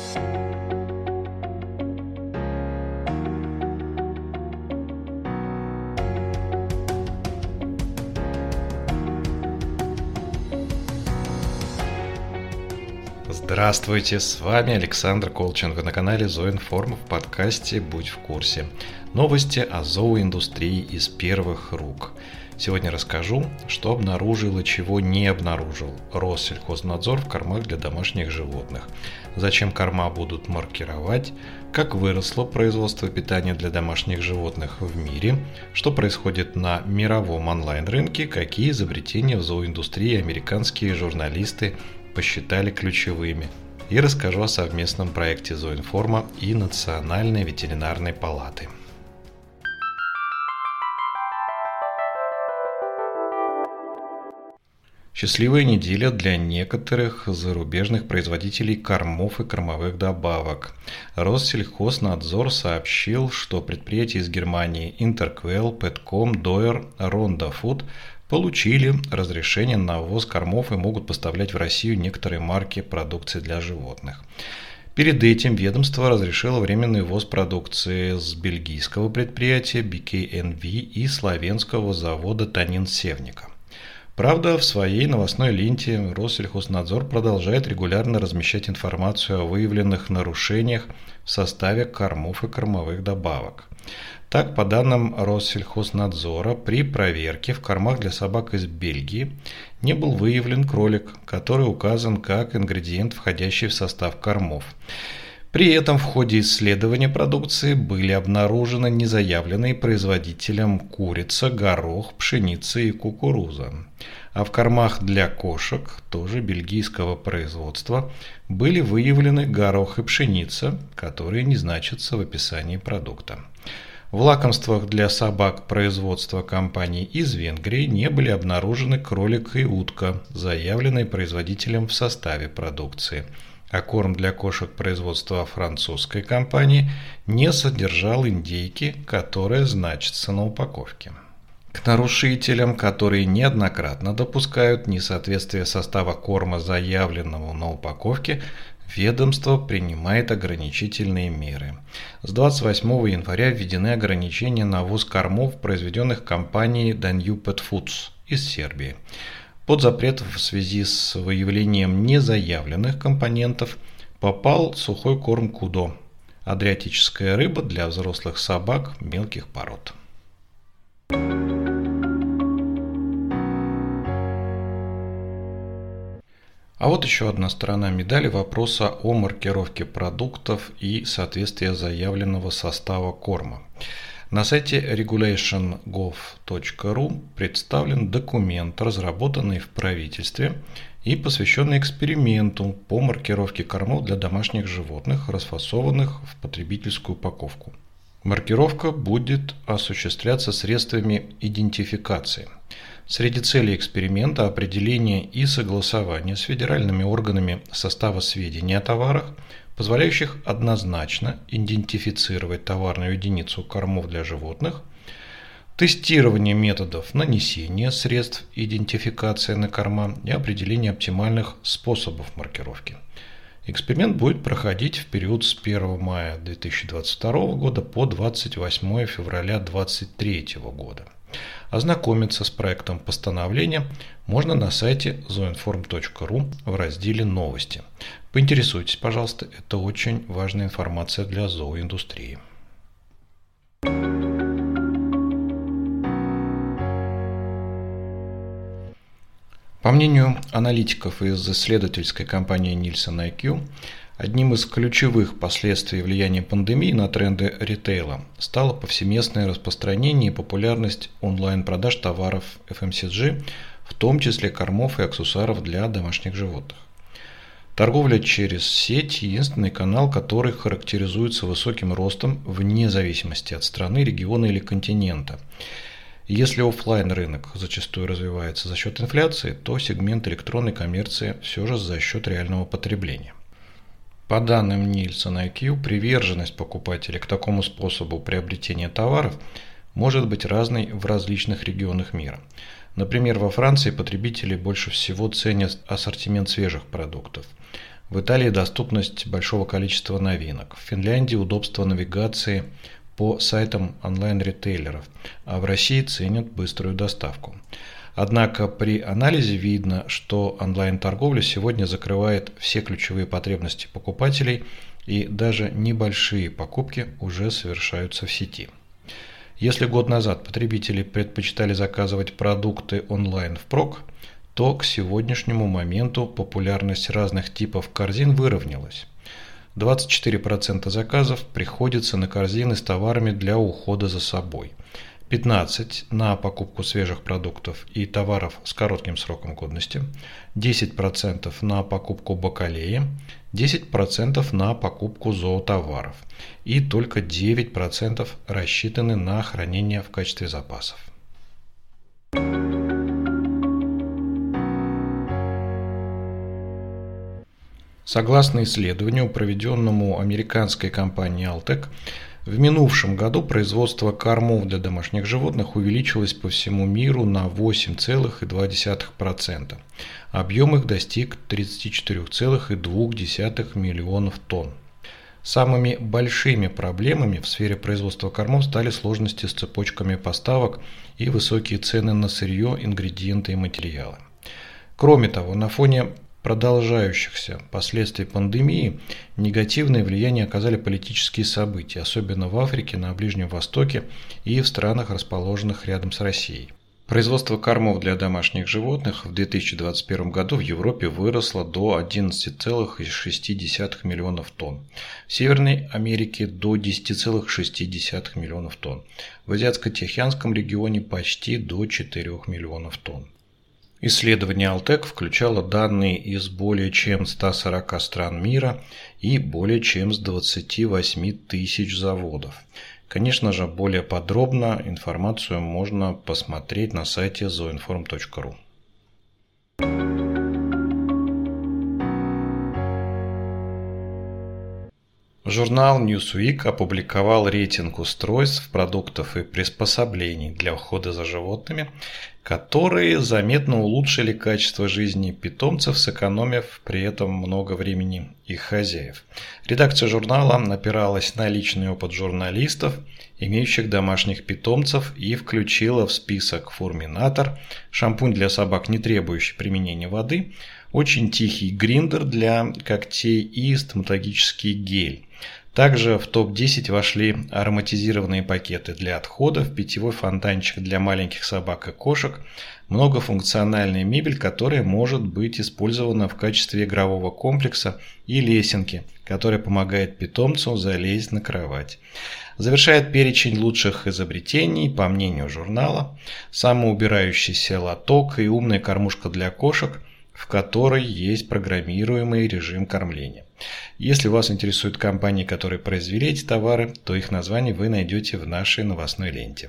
Здравствуйте, с вами Александр Колченко на канале Зооинформ в подкасте «Будь в курсе». Новости о зооиндустрии из первых рук. Сегодня расскажу, что обнаружил и чего не обнаружил Россельхознадзор в кормах для домашних животных, зачем корма будут маркировать, как выросло производство питания для домашних животных в мире, что происходит на мировом онлайн-рынке, какие изобретения в зооиндустрии американские журналисты посчитали ключевыми, и расскажу о совместном проекте Зооинформа и Национальной ветеринарной палаты. Счастливая неделя для некоторых зарубежных производителей кормов и кормовых добавок. Россельхознадзор сообщил, что предприятия из Германии Interquel, Petcom, Doer, Ronda Food получили разрешение на ввоз кормов и могут поставлять в Россию некоторые марки продукции для животных. Перед этим ведомство разрешило временный ввоз продукции с бельгийского предприятия BKNV и словенского завода Танин Севника. Правда, в своей новостной ленте Россельхознадзор продолжает регулярно размещать информацию о выявленных нарушениях в составе кормов и кормовых добавок. Так, по данным Россельхознадзора, при проверке в кормах для собак из Бельгии не был выявлен кролик, который указан как ингредиент, входящий в состав кормов. При этом в ходе исследования продукции были обнаружены незаявленные производителем курица, горох, пшеница и кукуруза. А в кормах для кошек, тоже бельгийского производства, были выявлены горох и пшеница, которые не значатся в описании продукта. В лакомствах для собак производства компании из Венгрии не были обнаружены кролик и утка, заявленные производителем в составе продукции. А корм для кошек производства французской компании не содержал индейки, которая значится на упаковке. К нарушителям, которые неоднократно допускают несоответствие состава корма, заявленному на упаковке, ведомство принимает ограничительные меры. С 28 января введены ограничения на ввоз кормов, произведенных компанией Danube Pet Foods из Сербии. Под запрет в связи с выявлением незаявленных компонентов попал сухой корм Кудо – адриатическая рыба для взрослых собак мелких пород. А вот еще одна сторона медали вопроса о маркировке продуктов и соответствии заявленного состава корма. На сайте regulation.gov.ru представлен документ, разработанный в правительстве и посвященный эксперименту по маркировке кормов для домашних животных, расфасованных в потребительскую упаковку. Маркировка будет осуществляться средствами идентификации. Среди целей эксперимента определение и согласование с федеральными органами состава сведений о товарах, позволяющих однозначно идентифицировать товарную единицу кормов для животных, тестирование методов нанесения средств идентификации на корма и определение оптимальных способов маркировки. Эксперимент будет проходить в период с 1 мая 2022 года по 28 февраля 2023 года. Ознакомиться с проектом постановления можно на сайте zooinform.ru в разделе «Новости». Поинтересуйтесь, пожалуйста, это очень важная информация для зооиндустрии. По мнению аналитиков из исследовательской компании Nielsen IQ, одним из ключевых последствий влияния пандемии на тренды ритейла стало повсеместное распространение и популярность онлайн-продаж товаров FMCG, в том числе кормов и аксессуаров для домашних животных. Торговля через сеть – единственный канал, который характеризуется высоким ростом вне зависимости от страны, региона или континента. Если офлайн рынок зачастую развивается за счет инфляции, то сегмент электронной коммерции все же за счет реального потребления. По данным Nielsen IQ, приверженность покупателей к такому способу приобретения товаров может быть разной в различных регионах мира. Например, во Франции потребители больше всего ценят ассортимент свежих продуктов. В Италии доступность большого количества новинок. В Финляндии удобство навигации по сайтам онлайн-ритейлеров, а в России ценят быструю доставку. Однако при анализе видно, что онлайн-торговля сегодня закрывает все ключевые потребности покупателей, и даже небольшие покупки уже совершаются в сети. Если год назад потребители предпочитали заказывать продукты онлайн впрок, то к сегодняшнему моменту популярность разных типов корзин выровнялась. 24% заказов приходится на корзины с товарами для ухода за собой, 15% на покупку свежих продуктов и товаров с коротким сроком годности, 10% на покупку бакалеи, 10% на покупку зоотоваров и только 9% рассчитаны на хранение в качестве запасов. Согласно исследованию, проведенному американской компанией Alltech, в минувшем году производство кормов для домашних животных увеличилось по всему миру на 8,2%. Объем их достиг 34,2 миллионов тонн. Самыми большими проблемами в сфере производства кормов стали сложности с цепочками поставок и высокие цены на сырье, ингредиенты и материалы. Кроме того, на фоне продолжающихся последствий пандемии негативное влияние оказали политические события, особенно в Африке, на Ближнем Востоке и в странах, расположенных рядом с Россией. Производство кормов для домашних животных в 2021 году в Европе выросло до 11,6 миллионов тонн, в Северной Америке до 10,6 миллионов тонн, в Азиатско-Тихоокеанском регионе почти до 4 миллионов тонн. Исследование Alltech включало данные из более чем 140 стран мира и более чем с 28 тысяч заводов. Конечно же, более подробно информацию можно посмотреть на сайте zooinform.ru. Журнал Newsweek опубликовал рейтинг устройств, продуктов и приспособлений для ухода за животными, которые заметно улучшили качество жизни питомцев, сэкономив при этом много времени их хозяев. Редакция журнала опиралась на личный опыт журналистов, имеющих домашних питомцев, и включила в список Furminator, шампунь для собак, не требующий применения воды, очень тихий гриндер для когтей и стоматологический гель. Также в топ-10 вошли ароматизированные пакеты для отходов, питьевой фонтанчик для маленьких собак и кошек, многофункциональная мебель, которая может быть использована в качестве игрового комплекса, и лесенки, которая помогает питомцу залезть на кровать. Завершает перечень лучших изобретений, по мнению журнала, самоубирающийся лоток и умная кормушка для кошек, в которой есть программируемый режим кормления. Если вас интересуют компании, которые произвели эти товары, то их название вы найдете в нашей новостной ленте.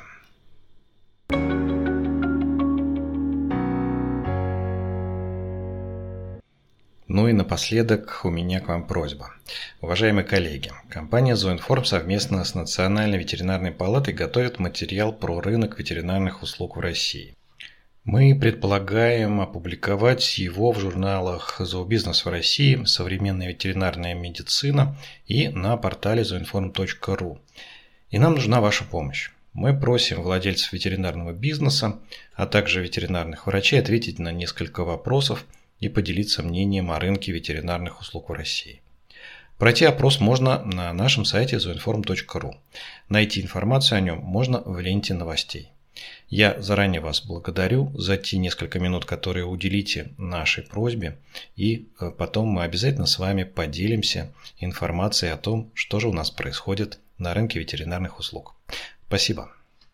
Ну и напоследок у меня к вам просьба. Уважаемые коллеги, компания Zooinform совместно с Национальной ветеринарной палатой готовит материал про рынок ветеринарных услуг в России. Мы предполагаем опубликовать его в журналах «Зообизнес в России», «Современная ветеринарная медицина» и на портале zooinform.ru. И нам нужна ваша помощь. Мы просим владельцев ветеринарного бизнеса, а также ветеринарных врачей ответить на несколько вопросов и поделиться мнением о рынке ветеринарных услуг в России. Пройти опрос можно на нашем сайте zooinform.ru. Найти информацию о нем можно в ленте новостей. Я заранее вас благодарю за те несколько минут, которые уделите нашей просьбе, и потом мы обязательно с вами поделимся информацией о том, что же у нас происходит на рынке ветеринарных услуг. Спасибо.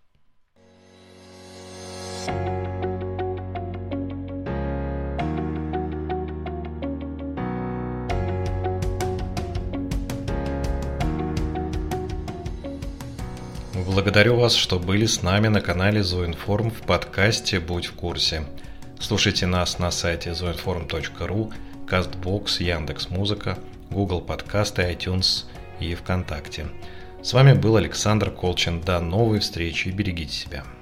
Благодарю вас, что были с нами на канале Zooinform в подкасте «Будь в курсе». Слушайте нас на сайте zooinform.ru, CastBox, Яндекс.Музыка, Google Подкасты, iTunes и ВКонтакте. С вами был Александр Колчин. До новой встречи и берегите себя.